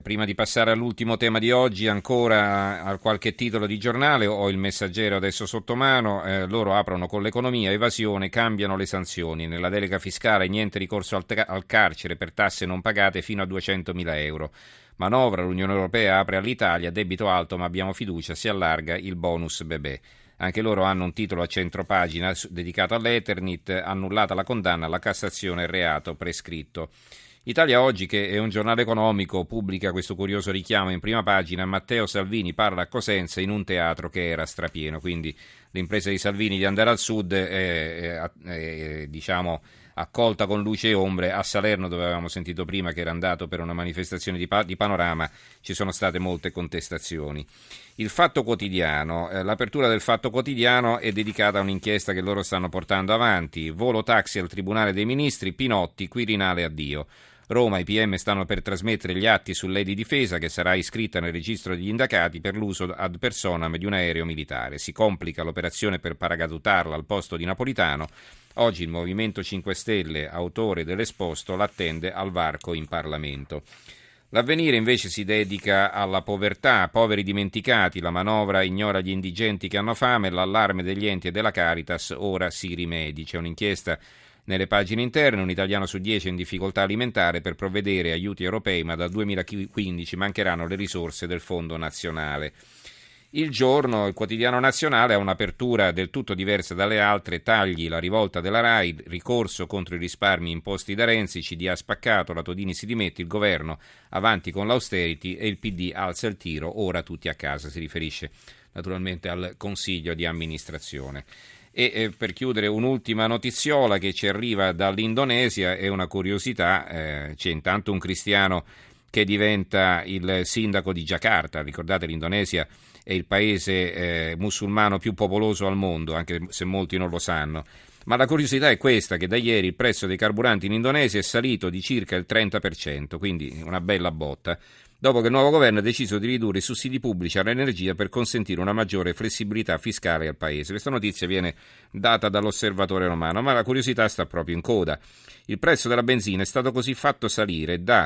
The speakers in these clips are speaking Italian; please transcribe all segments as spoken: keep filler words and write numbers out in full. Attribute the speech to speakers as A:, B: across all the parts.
A: Prima di passare all'ultimo tema di oggi, ancora a qualche titolo di giornale, ho il Messaggero adesso sotto mano, eh, loro aprono con l'economia, evasione, cambiano le sanzioni. Nella delega fiscale niente ricorso al, tra- al carcere per tasse non pagate fino a duecentomila euro. Manovra, l'Unione Europea apre all'Italia, debito alto ma abbiamo fiducia, si allarga il bonus bebè. Anche loro hanno un titolo a centropagina dedicato all'Eternit, annullata la condanna alla Cassazione, reato prescritto. Italia Oggi, che è un giornale economico, pubblica questo curioso richiamo in prima pagina. Matteo Salvini parla a Cosenza in un teatro che era strapieno, quindi l'impresa di Salvini di andare al sud è, è, è diciamo accolta con luce e ombre. A Salerno, dove avevamo sentito prima che era andato per una manifestazione di, pa- di Panorama, ci sono state molte contestazioni. Il Fatto Quotidiano, eh, l'apertura del Fatto Quotidiano è dedicata a un'inchiesta che loro stanno portando avanti. Volo taxi al Tribunale dei Ministri, Pinotti, Quirinale addio. Roma, i P M stanno per trasmettere gli atti su Lady Difesa, che sarà iscritta nel registro degli indagati per l'uso ad personam di un aereo militare. Si complica l'operazione per paracadutarla al posto di Napolitano. Oggi il Movimento cinque Stelle, autore dell'esposto, l'attende al varco in Parlamento. L'Avvenire invece si dedica alla povertà, poveri dimenticati, la manovra ignora gli indigenti che hanno fame, l'allarme degli enti e della Caritas, ora si rimedi. C'è un'inchiesta nelle pagine interne, un italiano su dieci in difficoltà alimentare, per provvedere aiuti europei, ma dal duemilaquindici mancheranno le risorse del Fondo Nazionale. Il Giorno, il quotidiano nazionale, ha un'apertura del tutto diversa dalle altre. Tagli, la rivolta della RAI, ricorso contro i risparmi imposti da Renzi, C D A spaccato, la Todini si dimette, il governo avanti con l'austerity e il P D alza il tiro, ora tutti a casa. Si riferisce naturalmente al Consiglio di amministrazione. E eh, per chiudere un'ultima notiziola che ci arriva dall'Indonesia, è una curiosità, eh, c'è intanto un cristiano che diventa il sindaco di Giacarta. Ricordate, l'Indonesia è il paese eh, musulmano più popoloso al mondo, anche se molti non lo sanno. Ma la curiosità è questa, che da ieri il prezzo dei carburanti in Indonesia è salito di circa il trenta per cento, quindi una bella botta, dopo che il nuovo governo ha deciso di ridurre i sussidi pubblici all'energia per consentire una maggiore flessibilità fiscale al paese. Questa notizia viene data dall'Osservatore Romano, ma la curiosità sta proprio in coda. Il prezzo della benzina è stato così fatto salire da,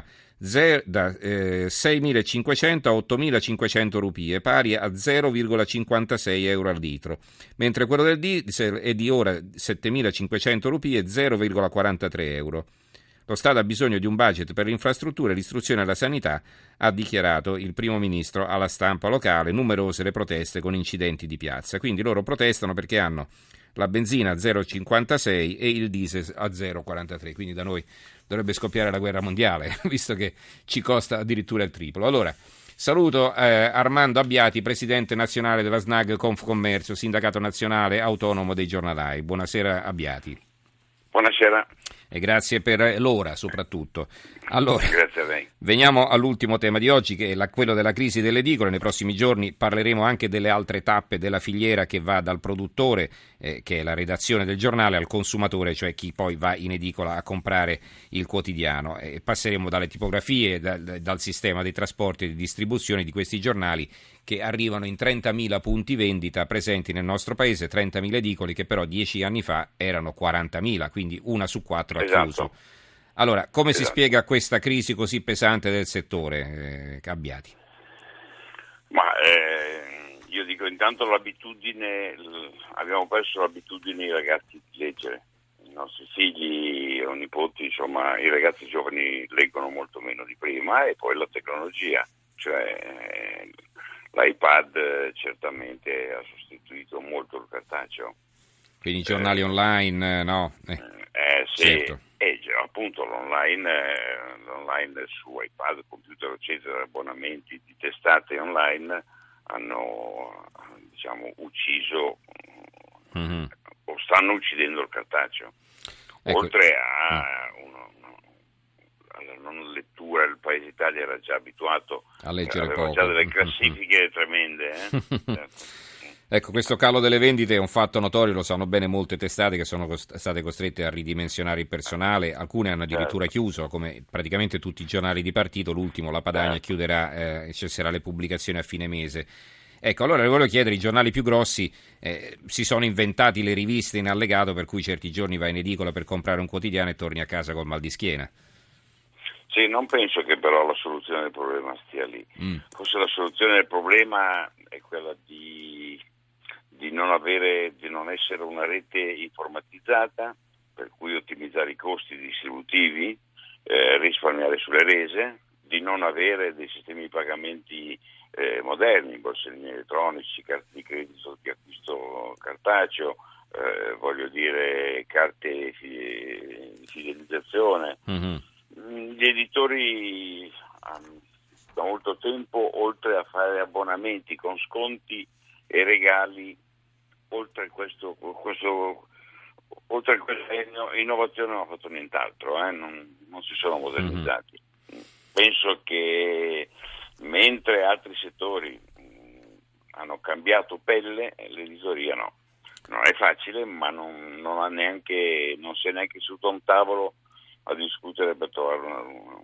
A: da eh, seimilacinquecento a ottomilacinquecento rupie, pari a zero virgola cinquantasei euro al litro, mentre quello del diesel è di ora settemilacinquecento rupie, zero virgola quarantatré euro. Lo Stato ha bisogno di un budget per le infrastrutture, l'istruzione e la sanità, ha dichiarato il primo ministro alla stampa locale. Numerose le proteste con incidenti di piazza. Quindi loro protestano perché hanno la benzina a zero virgola cinquantasei e il diesel a zero virgola quarantatré. Quindi da noi dovrebbe scoppiare la guerra mondiale, visto che ci costa addirittura il triplo. Allora, saluto eh, Armando Abbiati, presidente nazionale della S N A G Confcommercio, sindacato nazionale autonomo dei giornalai. Buonasera Abbiati.
B: Buonasera.
A: E grazie per l'ora soprattutto. Allora,
B: grazie a lei.
A: Veniamo all'ultimo tema di oggi, che è la, quello della crisi delle edicole. Nei prossimi giorni parleremo anche delle altre tappe della filiera, che va dal produttore, eh, che è la redazione del giornale, al consumatore, cioè chi poi va in edicola a comprare il quotidiano. E passeremo dalle tipografie, da, dal sistema dei trasporti e di distribuzione di questi giornali, che arrivano in trentamila punti vendita presenti nel nostro paese, trentamila edicoli che però dieci anni fa erano quarantamila, quindi una su quattro ha
B: esatto.
A: chiuso. Allora, come
B: esatto.
A: si spiega questa crisi così pesante del settore, eh, Abbiati?
B: Ma eh, io dico, intanto l'abitudine, abbiamo perso l'abitudine i ragazzi di leggere. I nostri figli o nipoti, insomma, i ragazzi giovani leggono molto meno di prima, e poi la tecnologia, cioè eh, l'iPad certamente ha sostituito molto il cartaceo.
A: Quindi i giornali eh, online, no?
B: Eh, eh sì,
A: certo.
B: E appunto l'online, eh, l'online su iPad, computer, eccetera, abbonamenti di testate online hanno, diciamo, ucciso mm-hmm. o stanno uccidendo il cartaceo. Ecco. Oltre a uno, uno, alla non lettura, il Paese Italia era già abituato
A: a leggere
B: aveva
A: poco.
B: già delle classifiche mm-hmm. tremende, eh? Certo.
A: Ecco, questo calo delle vendite è un fatto notorio, lo sanno bene molte testate che sono cost- state costrette a ridimensionare il personale, alcune hanno addirittura certo. chiuso, come praticamente tutti i giornali di partito. L'ultimo, La Padania, certo. chiuderà e eh, cesserà le pubblicazioni a fine mese. Ecco, allora le voglio chiedere, i giornali più grossi eh, si sono inventati le riviste in allegato, per cui certi giorni vai in edicola per comprare un quotidiano e torni a casa col mal di schiena.
B: Sì, non penso che però la soluzione del problema stia lì. Mm. Forse la soluzione del problema è quella di, di non avere, di non essere una rete informatizzata, per cui ottimizzare i costi distributivi, eh, risparmiare sulle rese, di non avere dei sistemi di pagamenti eh, moderni, borsellini elettronici, carte di credito di acquisto cartaceo, eh, voglio dire carte di fidelizzazione. Mm-hmm. Gli editori da molto tempo, oltre a fare abbonamenti con sconti e regali, oltre a questo, questo oltre a questa innovazione non hanno fatto nient'altro, eh? non, non si sono modernizzati. Mm-hmm. Penso che mentre altri settori mh, hanno cambiato pelle, l'editoria no. Non è facile, ma non, non ha neanche, non si è neanche seduto a un tavolo a discutere per trovare una, una,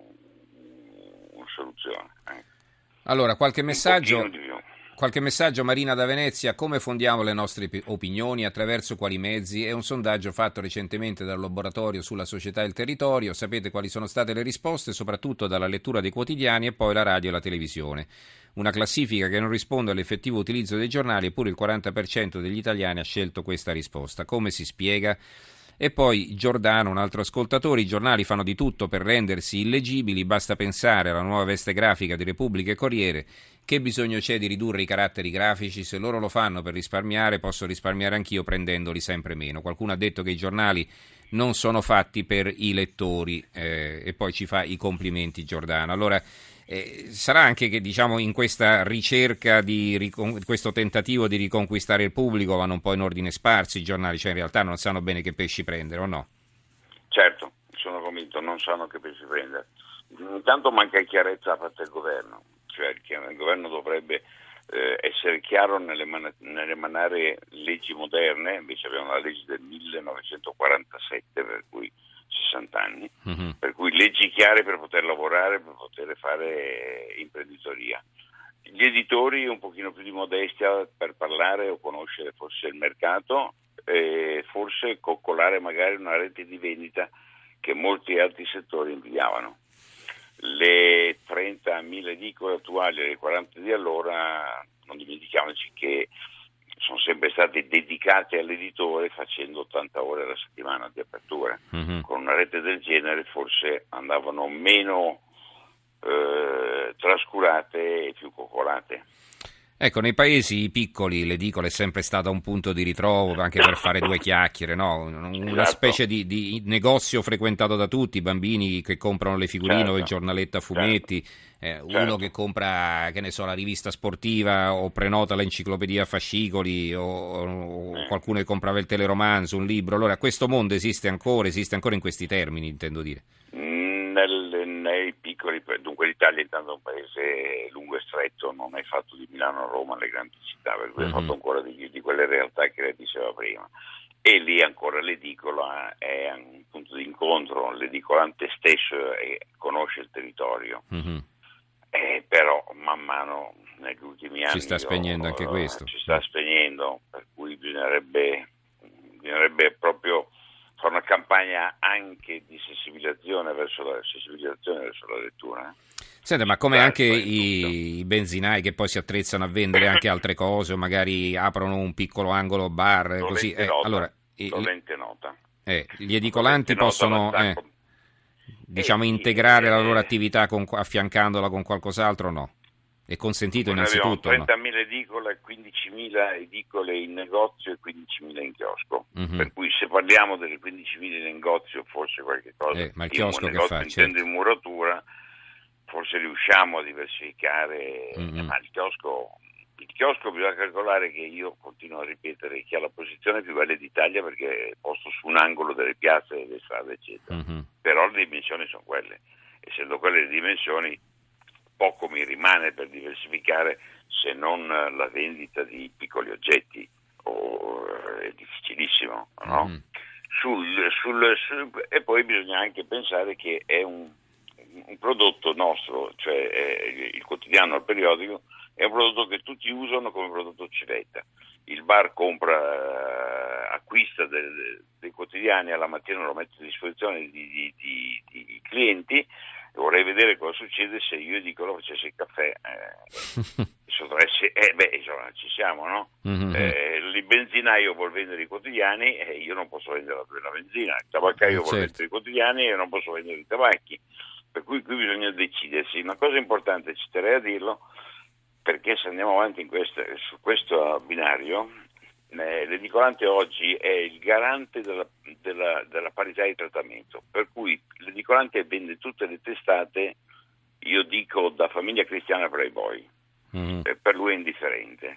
B: una soluzione. Eh.
A: Allora, qualche messaggio, qualche messaggio, Marina da Venezia: come fondiamo le nostre opinioni, attraverso quali mezzi? È un sondaggio fatto recentemente dal laboratorio sulla società e il territorio. Sapete quali sono state le risposte? Soprattutto dalla lettura dei quotidiani e poi la radio e la televisione. Una classifica che non risponde all'effettivo utilizzo dei giornali, eppure il quaranta per cento degli italiani ha scelto questa risposta. Come si spiega? E poi Giordano, un altro ascoltatore: i giornali fanno di tutto per rendersi illegibili, basta pensare alla nuova veste grafica di Repubblica e Corriere. Che bisogno c'è di ridurre i caratteri grafici? Se loro lo fanno per risparmiare, posso risparmiare anch'io prendendoli sempre meno. Qualcuno ha detto che i giornali non sono fatti per i lettori, eh, e poi ci fa i complimenti Giordano. Allora, Eh, sarà anche che, diciamo, in questa ricerca di ricon- questo tentativo di riconquistare il pubblico vanno un po' in ordine sparso i giornali, cioè in realtà non sanno bene che pesci prendere, o no?
B: Certo, sono convinto, non sanno che pesci prendere. Intanto manca chiarezza da parte del governo, cioè il governo dovrebbe eh, essere chiaro nell'eman- nell'emanare leggi moderne. Invece abbiamo la legge del millenovecentoquarantasette, per cui sessanta anni, uh-huh. Per cui leggi chiare per poter lavorare, per poter fare imprenditoria. Gli editori un pochino più di modestia per parlare o conoscere forse il mercato, e forse coccolare magari una rete di vendita che molti altri settori invidiavano. Le trentamila edicole attuali e le quaranta di allora, non dimentichiamoci che sono sempre state dedicate all'editore, facendo ottanta ore alla settimana di apertura. Mm-hmm. Con una rete del genere forse andavano meno eh, trascurate e più coccolate.
A: Ecco, nei paesi piccoli l'edicola è sempre stata un punto di ritrovo anche per fare due chiacchiere, no? Una esatto. specie di, di negozio frequentato da tutti, i bambini che comprano le figurine certo. o il giornaletto a fumetti, certo. eh, uno certo. che compra, che ne so, la rivista sportiva o prenota l'enciclopedia a fascicoli, o, o eh. qualcuno che comprava il teleromanzo, un libro. Allora, questo mondo esiste ancora, esiste ancora in questi termini, intendo dire.
B: Nel, nei piccoli, dunque l'Italia intanto è un paese lungo e stretto, non è fatto di Milano a Roma, le grandi città, per cui mm-hmm. è fatto ancora di, di quelle realtà che lei diceva prima, e lì ancora l'edicola è un punto di incontro, l'edicolante stesso è, conosce il territorio, mm-hmm. eh, però man mano negli ultimi anni
A: si sta spegnendo io, anche questo,
B: si sta spegnendo, per cui bisognerebbe, bisognerebbe proprio fare una campagna anche di sensibilizzazione verso la, sensibilizzazione verso la lettura.
A: Senta, ma come anche i, i benzinai che poi si attrezzano a vendere anche altre cose, o magari aprono un piccolo angolo bar, così. Eh,
B: nota,
A: allora,
B: nota.
A: Eh, gli edicolanti possono, eh, diciamo, eh, integrare eh, la loro attività con, affiancandola con qualcos'altro o no? È consentito innanzitutto?
B: trentamila no? edicole, quindicimila edicole in negozio e quindicimila in chiosco. Mm-hmm. Per cui se parliamo delle quindicimila in negozio forse qualche cosa.
A: Eh, ma il chiosco
B: in
A: che fa?
B: Intendo
A: Certo.
B: in muratura, forse riusciamo a diversificare, mm-hmm. ma il chiosco, il chiosco bisogna calcolare che io continuo a ripetere che ha la posizione più bella d'Italia perché è posto su un angolo delle piazze, delle strade, eccetera. Mm-hmm. Però le dimensioni sono quelle. Essendo quelle le dimensioni, poco mi rimane per diversificare se non la vendita di piccoli oggetti, o, è difficilissimo, no? Mm. Sul, sul, sul, e poi bisogna anche pensare che è un, un prodotto nostro, cioè è il quotidiano, il periodico, è un prodotto che tutti usano come prodotto civetta. Il bar compra, acquista dei, dei quotidiani, alla mattina lo mette a disposizione di, di, di, di clienti, Vorrei vedere cosa succede se io e Edicolo facessi il caffè. Eh, sottraessi, eh, beh, insomma, ci siamo, no? Mm-hmm. Eh, il benzinaio vuol vendere i quotidiani e io non posso vendere la benzina. Il tabaccaio eh, vuol certo. vendere i quotidiani e io non posso vendere i tabacchi. Per cui qui bisogna decidersi. Una cosa importante, ci terrei a dirlo, perché se andiamo avanti in questa, su questo binario, eh, l'edicolante oggi è il garante della, della, della parità di trattamento, per cui l'edicolante vende tutte le testate, io dico da Famiglia Cristiana Playboy, mm-hmm. eh, per lui è indifferente.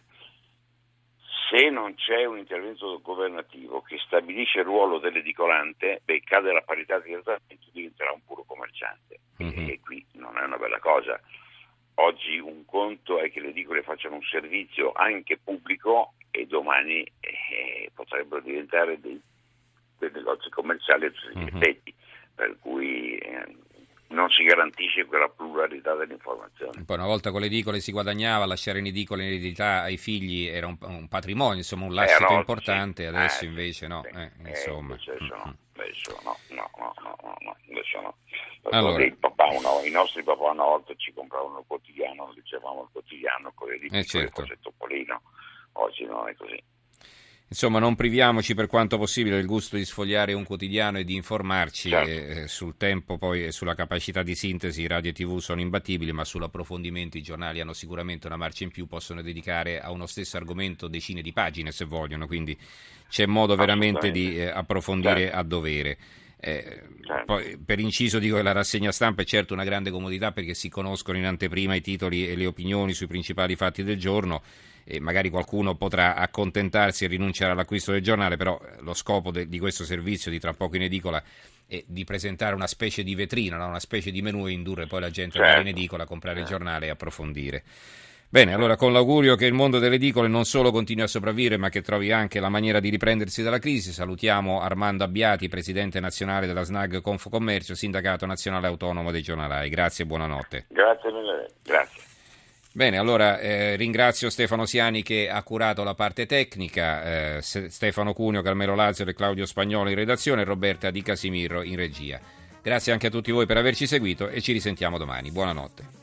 B: Se non c'è un intervento governativo che stabilisce il ruolo dell'edicolante, beh, cade la parità di trattamento, diventerà un puro commerciante, mm-hmm. e qui non è una bella cosa. Oggi un conto è che le edicole facciano un servizio anche pubblico e domani eh, potrebbero diventare dei, dei negozi commerciali a tutti gli effetti, mm-hmm. per cui eh, non si garantisce quella pluralità dell'informazione.
A: Poi una volta con le edicole si guadagnava, lasciare in edicola in eredità ai figli era un, un patrimonio, insomma un lascito eh, no, importante, sì. adesso eh, invece no.
B: Sì,
A: eh, insomma.
B: Eh, adesso no, adesso no, no, no, no, no, adesso no.
A: Allora.
B: Il papà, no, i nostri papà una volta ci compravano il quotidiano, dicevamo il quotidiano con le edicole,
A: eh, certo.
B: cose Topolino, oggi non è così.
A: Insomma, non priviamoci per quanto possibile del gusto di sfogliare un quotidiano e di informarci. Certo. eh, sul tempo poi e sulla capacità di sintesi radio e tivù sono imbattibili, ma sull'approfondimento i giornali hanno sicuramente una marcia in più, possono dedicare a uno stesso argomento decine di pagine se vogliono, quindi c'è modo veramente di eh, approfondire certo. a dovere. Eh, certo. Poi, per inciso dico che la rassegna stampa è certo una grande comodità perché si conoscono in anteprima i titoli e le opinioni sui principali fatti del giorno, e magari qualcuno potrà accontentarsi e rinunciare all'acquisto del giornale, però lo scopo de, di questo servizio di Tra poco in edicola è di presentare una specie di vetrina, no? Una specie di menù e indurre poi la gente certo. ad andare in edicola a comprare certo. il giornale e approfondire. Bene, allora con l'augurio che il mondo delle edicole non solo continui a sopravvivere ma che trovi anche la maniera di riprendersi dalla crisi, salutiamo Armando Abbiati, presidente nazionale della S N A G Confcommercio, sindacato nazionale autonomo dei giornalai. Grazie e buonanotte.
B: Grazie mille, grazie.
A: Bene, allora eh, ringrazio Stefano Siani che ha curato la parte tecnica, eh, Stefano Cuneo, Carmelo Lazzaro e Claudio Spagnolo in redazione e Roberta Di Casimiro in regia. Grazie anche a tutti voi per averci seguito e ci risentiamo domani. Buonanotte.